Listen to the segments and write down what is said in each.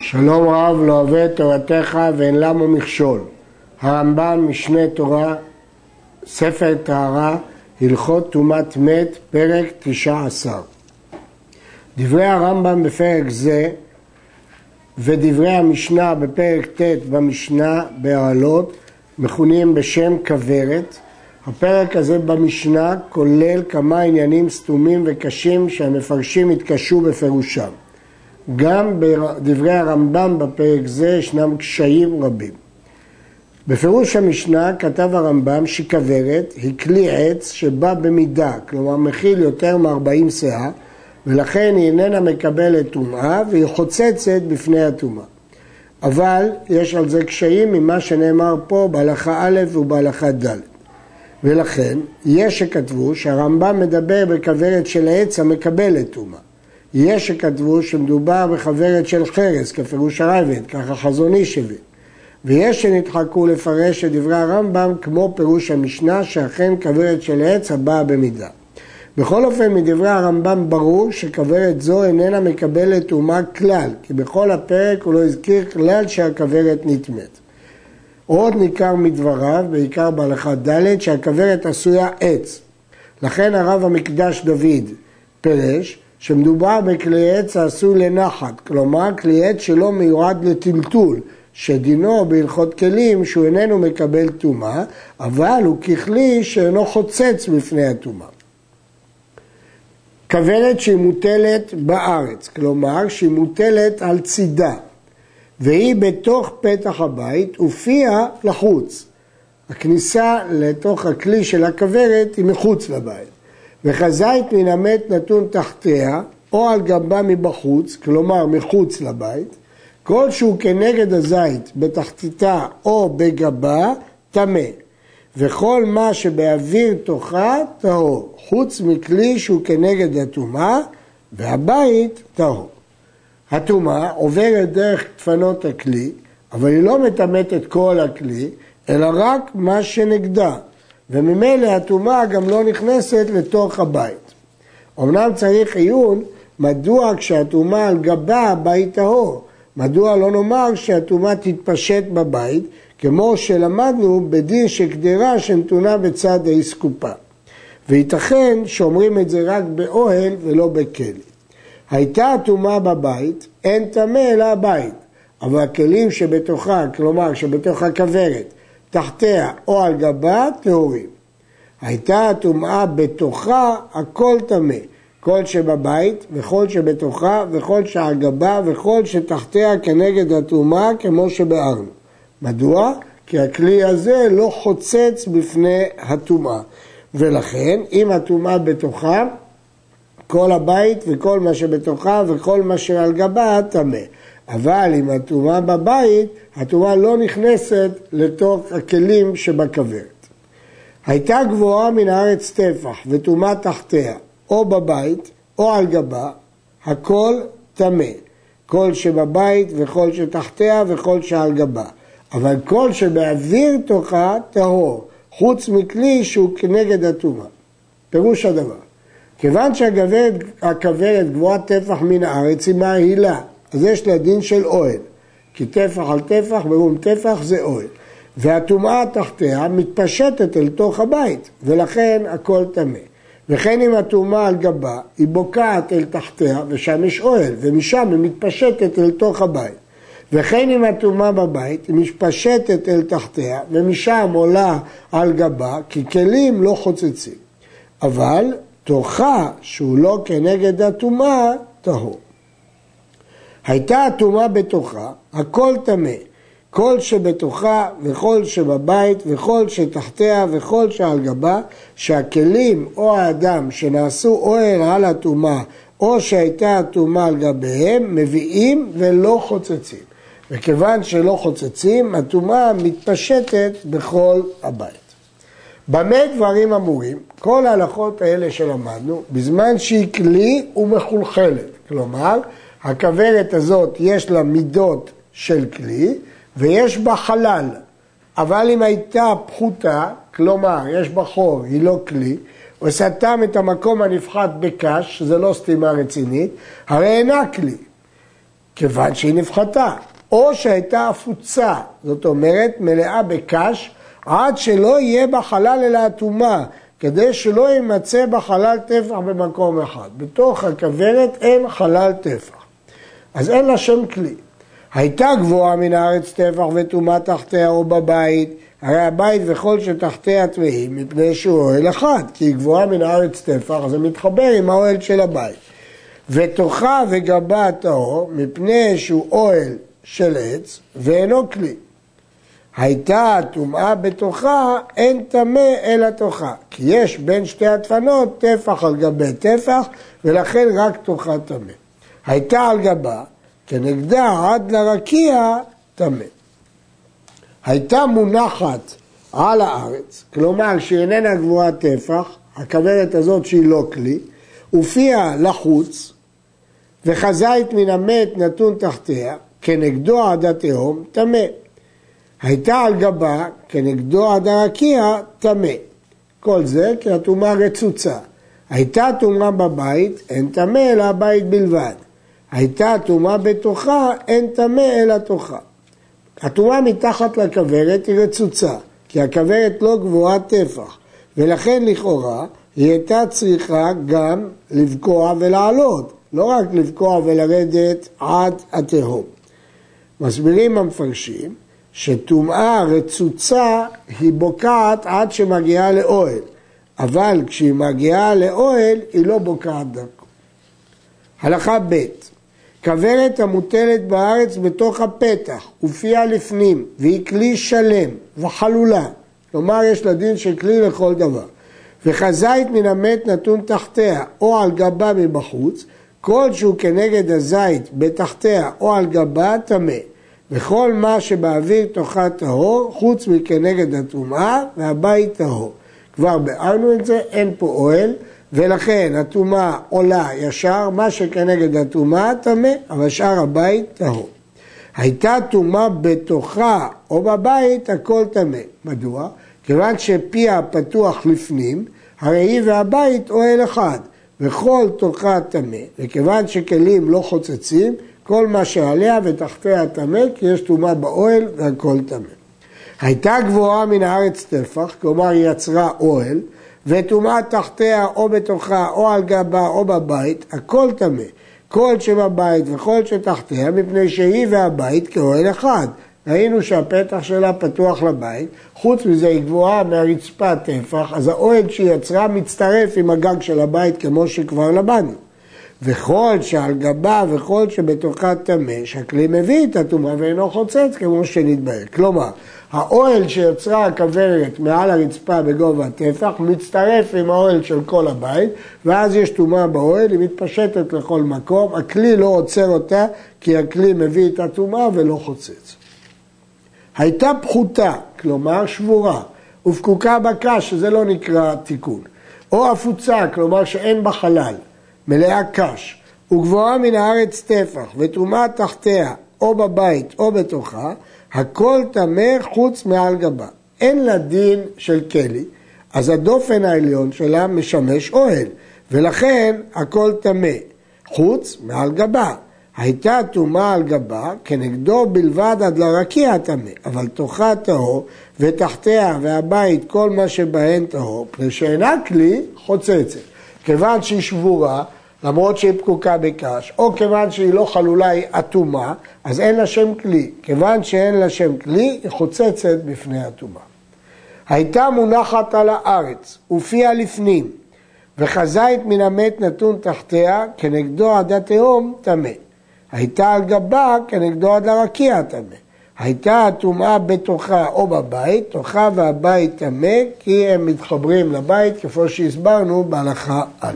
שלום רב לא אוהב את תורתך ואין למו מכשול. הרמב"ם משנה תורה, ספר טהרה, הלכות טומאת מת, פרק 19. דברי הרמב"ם בפרק זה ודברי המשנה בפרק ט' במשנה בעלות מכונים בשם כוורת. הפרק הזה במשנה כולל כמה עניינים סתומים וקשים שהמפרשים התקשו בפירושם. גם בדברי הרמב"ם בפרק זה ישנם קשיים רבים. בפירוש המשנה כתב הרמב"ם שכוורת היא כלי עץ שבא במידה, כלומר מכיל יותר מ-40 שאה, ולכן היא איננה מקבלת טומאה והיא חוצצת בפני הטומאה. אבל יש על זה קשיים ממה שנאמר פה בהלכה א' ובהלכה ד'. ולכן יש שכתבו שהרמב"ם מדבר בכוורת של עץ המקבלת טומאה. יש שכתבו שמדובר בכוורת של חרס, כפירוש הרייבד, ככה חזון איש הביא. ויש שנדחקו לפרש את דברי הרמב"ם כמו פירוש המשנה, שאכן כוורת של עץ הבאה במידה. בכל אופן, מדברי הרמב"ם ברור שכוורת זו איננה מקבלת טומאה כלל, כי בכל הפרק הוא לא הזכיר כלל שהכוורת נטמאת. עוד ניכר מדבריו, בעיקר בהלכה ד', שהכוורת עשויה עץ. לכן הרב המקדש דוד פירש, שמדובר בכלי עץ העשוי לנחת, כלומר כלי עץ שלא מיועד לטלטול, שדינו בהלכות כלים שהוא איננו מקבל טומאה, אבל הוא ככלי שאינו חוצץ בפני הטומאה. כוורת שהיא מוטלת בארץ, כלומר שהיא מוטלת על צידה, והיא בתוך פתח הבית ופיה לחוץ. הכניסה לתוך הכלי של הכוורת היא מחוץ לבית. וכזית מן המת נתון תחתיה או על גבה מבחוץ, כלומר מחוץ לבית, כל שהוא כנגד הזית בתחתיתה או בגבה טמא, וכל מה שבאוויר תוכה טהור, חוץ מכלי שהוא כנגד הטומאה, והבית טהור. הטומאה עוברת דרך דפנות הכלי, אבל היא לא מטמאת את כל הכלי, אלא רק מה שנגדה. וממילא הטומאה גם לא נכנסת לתוך הבית. אמנם צריך עיון מדוע כשהטומאה על גבה הבית טהור, מדוע לא נאמר שהטומאה תתפשט בבית, כמו שלמדנו בדין שקדרה שנתונה בצד האסקופה. וייתכן שאומרים את זה רק באוהל ולא בכלי. הייתה הטומאה בבית, אין טמא אלא הבית, אבל הכלים שבתוכה, כלומר שבתוך הכוורת, תחתיה או על גבה טהורים. הייתה הטומאה בתוכה, הכל טמא, כל שבבית וכל שבתוכה וכל שעל גבה וכל שתחתיה כנגד הטומאה כמו שבארנו. מדוע? כי הכלי הזה לא חוצץ בפני הטומאה. ולכן אם הטומאה בתוכה, כל הבית וכל מה שבתוכה וכל מה שעל גבה טמא. אבל אם הטומאה בבית, הטומאה לא נכנסת לתוך הכלים שבכוורת. הייתה גבוהה מן הארץ טפח וטומאה תחתיה, או בבית או על גבה, הכל טמא. כל שבבית וכל שתחתיה וכל שעל גבה. אבל כל שבאוויר תוכה טהור, חוץ מכלי שהוא כנגד הטומאה. פירוש הדבר. כיוון שהכוורת גבוהה טפח מן הארץ היא מהילה, אז יש לה דין של אוהל, כי טפח על טפח ברום טפח זה אוהל. והטומאה תחתיה מתפשטת אל תוך הבית, ולכן הכל טמא. וכן אם הטומאה על גבה, היא בוקעת אל תחתיה, ושם יש אוהל, ומשם היא מתפשטת אל תוך הבית. וכן אם הטומאה בבית, היא מתפשטת אל תחתיה, ומשם עולה על גבה, כי כלים לא חוצצים. אבל תוכה, שהוא לא כנגד הטומאה, טהור. הייתה הטומאה בתוכה, הכל טמא, כל שבתוכה וכל שבבית וכל שתחתיה וכל שעל גבה, שהכלים או האדם שנעשו אוהל על הטומאה או שהייתה הטומאה על גביהם, מביאים ולא חוצצים. וכיוון שלא חוצצים, הטומאה מתפשטת בכל הבית. במה דברים אמורים? כל ההלכות האלה שלמדנו, בזמן שהיא כלי ומחולחלת. כלומר, הכוורת הזאת יש לה מידות של כלי, ויש בה חלל. אבל אם הייתה פחותה, כלומר, יש בה חור, היא לא כלי, וסתם את המקום הנפחת בקש, שזה לא סתימה רצינית, הרי אינה כלי. כיוון שהיא נפחתה, או שהייתה אפוצה, זאת אומרת מלאה בקש, עד שלא יהיה בה חלל אלא הטומאה, כדי שלא יימצא בה חלל טפח במקום אחד. בתוך הכוורת אין חלל טפח. אז אין לה שם כלי. הייתה גבוהה מן הארץ טפח וטומאה תחתיה או בבית, הרי הבית וכל שתחתיה טמאים מפני שהוא אוהל אחד, כי היא גבוהה מן הארץ טפח, אז זה מתחבר עם האוהל של הבית. ותוכה וגבה טהור מפני שהוא אוהל של עץ ואינו כלי. הייתה טומאה בתוכה, אין טמא אלא תוכה, כי יש בין שתי הדפנות טפח על גבי טפח, ולכן רק תוכה טמא. הייתה על גבה, כנגדה עד לרקיע טמא. הייתה מונחת על הארץ, כלומר שהיא איננה גבוהה טפח, הכוורת הזאת שהיא לא כלי, ופיה לחוץ, וחזית מן המת נתון תחתיה, כנגדו עד התהום טמא. הייתה על גבה, כנגדו עד הרקיע טמא. כל זה כי הטומאה רצוצה. הייתה טומאה בבית, אין טמא אלא הבית בלבד. הייתה טומאה בתוכה, אין טמא אלא תוכה. הטומאה מתחת לכוורת היא רצוצה, כי הכוורת לא גבוהה טפח, ולכן לכאורה היא הייתה צריכה גם לבקוע ולעלות, לא רק לבקוע ולרדת עד התהום. מסבירים המפרשים שטומאה רצוצה היא בוקעת עד שמגיעה לאוהל, אבל כשהיא מגיעה לאוהל היא לא בוקעת דרכו. הלכה ב' כוורת המוטלת בארץ בתוך הפתח ופיה לפנים והיא כלי שלם וחלולה, כלומר יש לה דין של כלי לכל דבר, וחזית מן המת נתון תחתיה או על גבה מבחוץ, כל שהוא כנגד הזית בתחתיה או על גבה טמא, וכל מה שבאוויר תוכה טהור חוץ מכנגד הטומאה והבית טהור. כבר ביארנו את זה, אין פה אוהל, ולכן הטומאה עולה ישר, מה שכנגד הטומאה טמא, אבל שאר הבית טהור. הייתה טומאה בתוכה או בבית, הכל טמא. מדוע? כיוון שפיה פתוח לפנים, הרי היא והבית אוהל אחד, וכל תוכה טמא, וכיוון שכלים לא חוצצים, כל מה שעליה ותחתיה טמא, כי יש טומאה באוהל והכל טמא. הייתה גבוהה מן הארץ טפח, כלומר היא יצרה אוהל, וטומאה תחתיה או בתוכה או על גבה או בבית, הכל טמא. כל שבבית וכל שתחתיה, מפני שהיא והבית כאוהל אחד. ראינו שהפתח שלה פתוח לבית, חוץ מזה היא גבוהה מהרצפה טפח, אז האוהל שהיא יצרה מצטרף עם הגג של הבית כמו שכבר למדנו. וכל שעל גבה וכל שבתוכה טמא, שהכלי מביא את הטומאה ואינו חוצץ כמו שנתבהר. כלומר, האוהל שיצרה הכוורת מעל הרצפה בגובה הטפח מצטרף עם האוהל של כל הבית, ואז יש טומאה באוהל, היא מתפשטת לכל מקום, הכלי לא עוצר אותה כי הכלי מביא את הטומאה ולא חוצץ. הייתה פחותה, כלומר שבורה, ופקוקה בקש, שזה לא נקרא תיקון, או אפוצה, כלומר שאין בה חלל, מלאה קש, וגבוהה מן הארץ טפח, וטומאה תחתיה, או בבית או בתוכה, הכל טמא חוץ מעל גבה. אין לה דין של כלי, אז הדופן העליון שלה משמש אוהל, ולכן הכל טמא, חוץ מעל גבה. הייתה טומאה על גבה, כנגדו בלבד עד לרקיע טמא, אבל תוכה טהור, ותחתיה והבית כל מה שבהן טהור, פני שאינה כלי חוצצת. כיוון שהיא שבורה, למרות שהיא פקוקה בקש, או כיוון שהיא לא חלולה, היא אטומה, אז אין לה שם כלי. כיוון שאין לה שם כלי, היא חוצצת בפני אטומה. הייתה מונחת על הארץ, ופיה לפנים, וחזית מן המת נתון תחתיה, כנגדו עד התהום טמא. הייתה על גבה, כנגדו עד לרקיע טמא. הייתה הטומאה בתוכה או בבית, תוכה והבית טמא, כי הם מתחברים לבית, כפי שהסברנו בהלכה א'.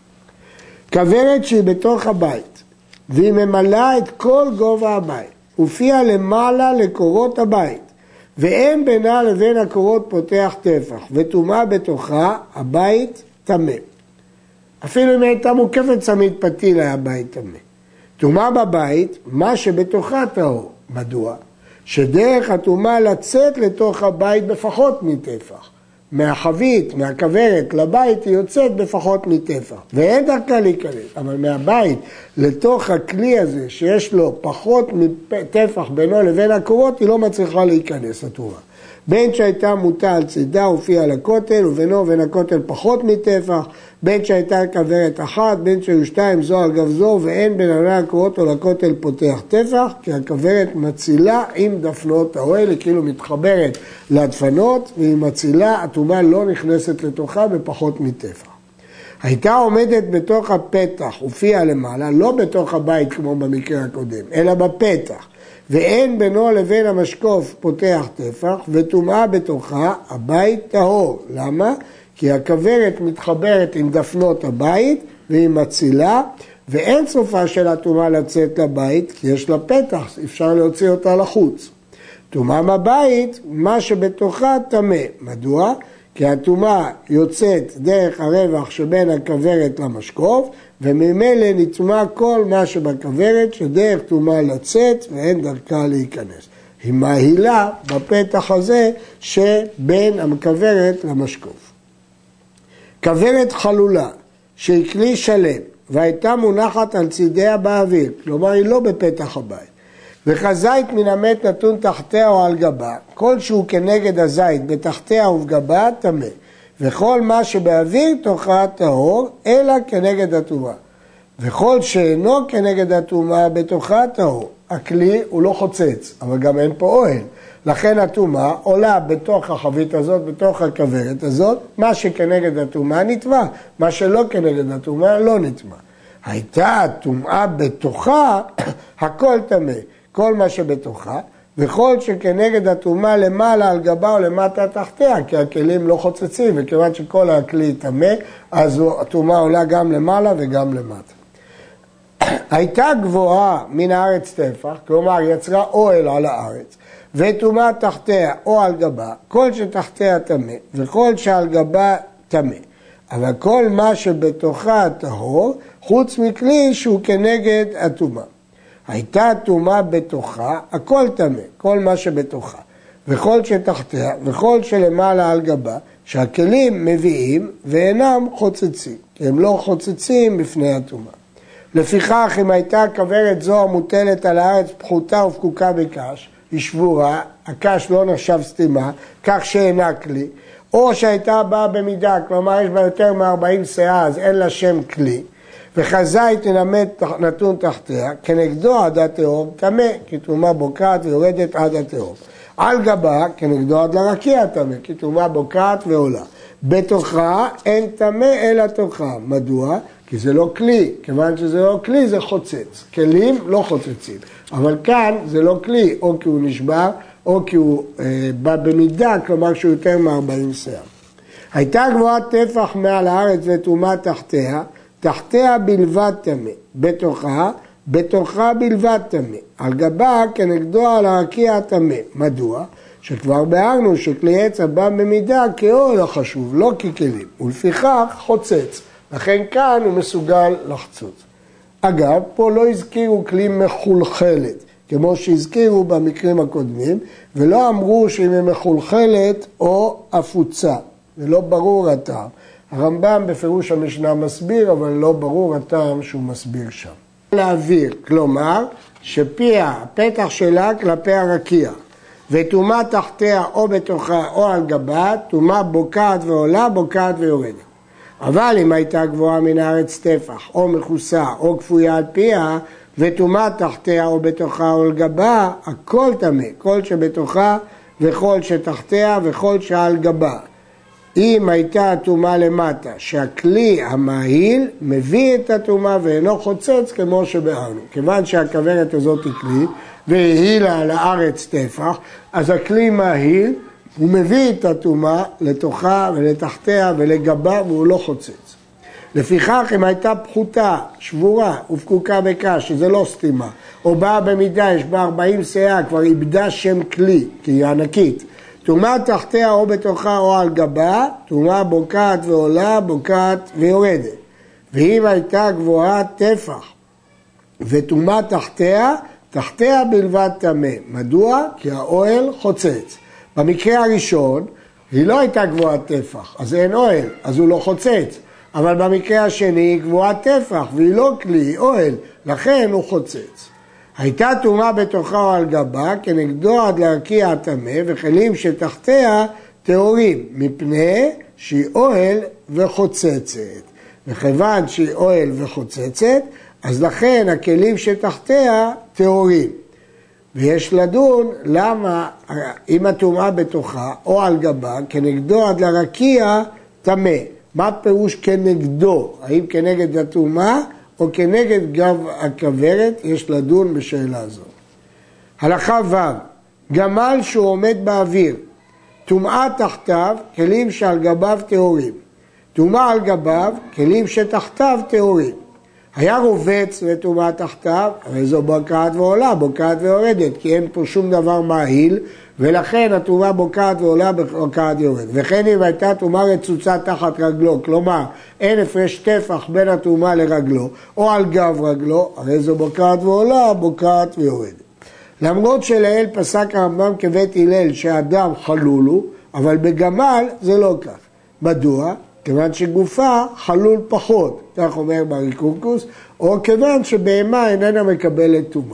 כוורת שהיא בתוך הבית, והיא ממלאה את כל גובה הבית, ופיה למעלה לקורות הבית, ואין בינה לבין הקורות פותח טפח, וטומאה בתוכה, הבית טמא. אפילו אם הייתה מוקפת צמיד פתיל, היה הבית טמא. טומאה בבית, מה שבתוכה טהור. מדוע? שדרך הטומאה לצאת לתוך הבית בפחות מטפח. מהחבית, מהכוורת לבית, היא יוצאת בפחות מטפח. ואין דרכה להיכנס, אבל מהבית לתוך הכלי הזה, שיש לו פחות מטפח בינו לבין הקורות, היא לא מצליחה להיכנס התורה. בין שהייתה מוטה על צידה הופיע לכותל, ובינו ובין הכותל פחות מטפח, בין שהייתה כוורת אחת, בין שהיו שתיים זו על גב זו, ואין בין עלי הקורות או לכותל פותח טפח, כי הכוורת מצילה עם דפנות האוהל, היא כאילו מתחברת לדפנות, והיא מצילה, הטומאה לא נכנסת לתוכה בפחות מטפח. הייתה עומדת בתוך הפתח, הופיע למעלה, לא בתוך הבית כמו במקרה הקודם, אלא בפתח. ואין בינו לבין המשקוף פותח טפח, וטומאה בתוכה הבית טהור. למה? כי הכוורת מתחברת עם דפנות הבית, והיא מצילה, ואין סופה של הטומאה לצאת לבית, כי יש לה פתח, אפשר להוציא אותה לחוץ. טומאה בבית, מה שבתוכה טמא. מדוע? כי הטומאה יוצאת דרך הרווח שבין הכוורת למשקוף, וממילא נטמא כל מה שבכוורת שדרך טומאה לצאת ואין דרכה להיכנס. היא מהילה בפתח הזה שבין הכוורת למשקוף. כוורת חלולה שהיא כלי שלם והייתה מונחת על צידיה באוויר, כלומר היא לא בפתח הבית, וכזית מן המת נתון תחתיה או על גבה, כל שהוא כנגד הזית בתחתיה ובגבה טמא. וכל מה שבאוויר תוכה טהור, אלא כנגד הטומאה. וכל שאינו כנגד הטומאה בתוכה טהור. הכלי הוא לא חוצץ, אבל גם אין פה אוהל. לכן הטומאה עולה בתוך החבית הזאת, בתוך הכוורת הזאת, מה שכנגד הטומאה נטמא, מה שלא כנגד הטומאה לא נטמא. הייתה הטומאה בתוכה, הכל טמא, כל מה שבתוכה, וכל שכנגד הטומאה למעלה על גבה או למטה תחתיה, כי הכלים לא חוצצים, וכיוון שכל הכלי טמא, אז הטומאה עולה גם למעלה וגם למטה. הייתה גבוהה מן הארץ טפח, כלומר יצרה אוהל על הארץ, וטומאה תחתיה או על גבה, כל שתחתיה טמא, וכל שעל גבה טמא. אבל כל מה שבתוכה טהור, חוץ מכלי שהוא כנגד הטומאה. הייתה טומאה בתוכה, הכל טמא, כל מה שבתוכה, וכל שתחתיה, וכל שלמעלה על גבה, שהכלים מביאים ואינם חוצצים, כי הם לא חוצצים בפני הטומאה. לפיכך, אם הייתה כוורת זו המוטלת על הארץ פחותה ופקוקה בקש, היא שבורה, הקש לא נחשב סתימה, כך שאינה כלי, או שהייתה באה במידה, כלומר יש בה יותר מ-40 שאה, אז אין לה שם כלי, וכזית נתון תחתיה, כנגדו עד התהום טמא, כי טומאה בוקעת ויורדת עד התהום. על גבה, כנגדו עד לרקיע טמא, כי טומאה בוקעת ועולה. בתוכה אין טמא אלא תוכה. מדוע? כי זה לא כלי, כיוון שזה לא כלי זה חוצץ. כלים לא חוצצים, אבל כאן זה לא כלי, או כי הוא נשבר, או כי הוא בא במידה, כלומר שהוא יותר מ-40 שאה. הייתה גבוהת טפח מעל הארץ וטומאה תחתיה, תחתיה בלבד טמא, בתוכה בלבד טמא, על גבה כנגדו על הרקיע טמא. מדוע? שכבר ביארנו שכלי עץ הבא במידה כאוהל החשוב, לא ככלים, ולפיכך חוצץ, לכן כאן הוא מסוגל לחצוץ. אגב, פה לא הזכירו כלי מחולחלת, כמו שהזכירו במקרים הקודמים, ולא אמרו שאם היא מחולחלת או אפוצה, ולא ברור הטעם. הרמב"ם בפירוש המשנה מסביר, אבל לא ברור הטעם שהוא מסביר שם. להעביר, כלומר, שפיה, הפתח שלה כלפי הרקיע, וטומאה תחתיה או בתוכה או על גבה, טומאה בוקעת ועולה, בוקעת ויורדת. אבל אם הייתה גבוהה מן הארץ טפח, או מכוסה, או כפויה על פיה, וטומאה תחתיה או בתוכה או על גבה, הכל טמא, כל שבתוכה וכל שתחתיה וכל שעל גבה. אם הייתה הטומאה למטה, שהכלי המהיל מביא את הטומאה ואינו חוצץ כמו שבארנו. כיוון שהכוורת הזאת היא כלי, והילה על הארץ טפח, אז הכלי מהיל, הוא מביא את הטומאה לתוכה ולתחתיה ולגבה והוא לא חוצץ. לפיכך אם הייתה פחותה, שבורה ופקוקה בקש, שזה לא סתימה, או באה במידה, יש בה 40 שאה, כבר איבדה שם כלי, כי היא ענקית. טומאה תחתיה או בתוכה או על גבה, טומאה בוקעת ועולה, בוקעת ויורדת. ואם הייתה גבוהה טפח וטומאה תחתיה, תחתיה בלבד טמא. מדוע? כי האוהל חוצץ. במקרה הראשון, היא לא הייתה גבוהת טפח, אז אין אוהל, אז הוא לא חוצץ. אבל במקרה השני היא גבוהת טפח, והיא לא כלי, היא אוהל, לכן הוא חוצץ. הייתה טומאה בתוכה או על גבה, כנגדו עד להרקיע הטמא, וכלים שתחתיה טהורים, מפני שהיא אוהל וחוצצת. וכיוון שהיא אוהל וחוצצת, אז לכן הכלים שתחתיה טהורים. ויש לדון למה אם הטומאה בתוכה או על גבה, כנגדו עד לרקיע טמא. מה פירוש כנגדו? האם כנגד הטומאה או כנגד גב הכוורת? יש לדון בשאלה זו. הלכה ו' גמל שהוא עומד באוויר, טומאה תחתיו, כלים שעל גביו טהורים. טומאה על גביו, כלים שתחתיו טהורים. היה רובץ וטומאה תחתיו, הרי זו בוקעת ועולה, בוקעת ויורדת, כי אין פה שום דבר מעיל, ולכן הטומאה בוקעת ועולה, בוקעת ויורדת. וכן אם הייתה טומאה רצוצה תחת רגלו, כלומר אין הפרש טפח בין הטומאה לרגלו, או על גב רגלו, הרי זו בוקעת ועולה, בוקעת ויורדת. למרות שלאל פסק הרמב"ם כבית הלל שהאדם חלול הוא, אבל בגמל זה לא כך. מדוע? כיוון שגופה חלול פחות, כך אומר בריקורקוס, או כיוון שבהמה איננה מקבלת טומאה.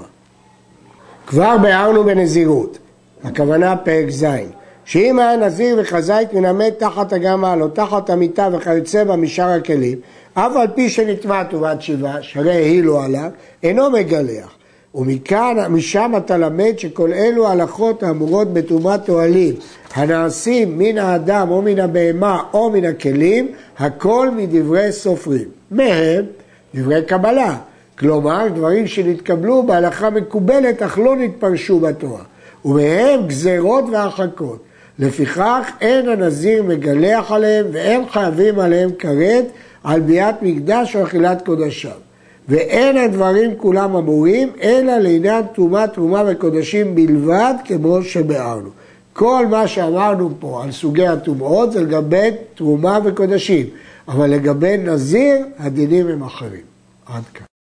כבר ביארנו בנזירות, הכוונה פרק ז', שאם היה נזיר וחזית מן המת תחת הגמל או תחת המיטה וכיוצא בה משאר הכלים, אף על פי שנטמא טומאת שבעה, שהרי העילו עליו, אינו מגלח. ומשם אתה למד שכל אלו הלכות האמורות בטומאת אוהלים, הנעשים מן האדם או מן הבהמה או מן הכלים, הכל מדברי סופרים. מהם דברי קבלה, כלומר דברים שנתקבלו בהלכה מקובלת אך לא נתפרשו בתורה, ומהם גזרות והרחקות. לפיכך אין הנזיר מגלח עליהם ואין חייבים עליהם כרת על ביאת מקדש או אכילת קודשיו. ואין הדברים כולם אמורים, אלא לעניין תרומה, תרומה וקודשים בלבד, כמו שבארנו. כל מה שאמרנו פה על סוגי הטומאות זה לגבי תרומה וקודשים, אבל לגבי נזיר הדינים הם אחרים. עד כאן.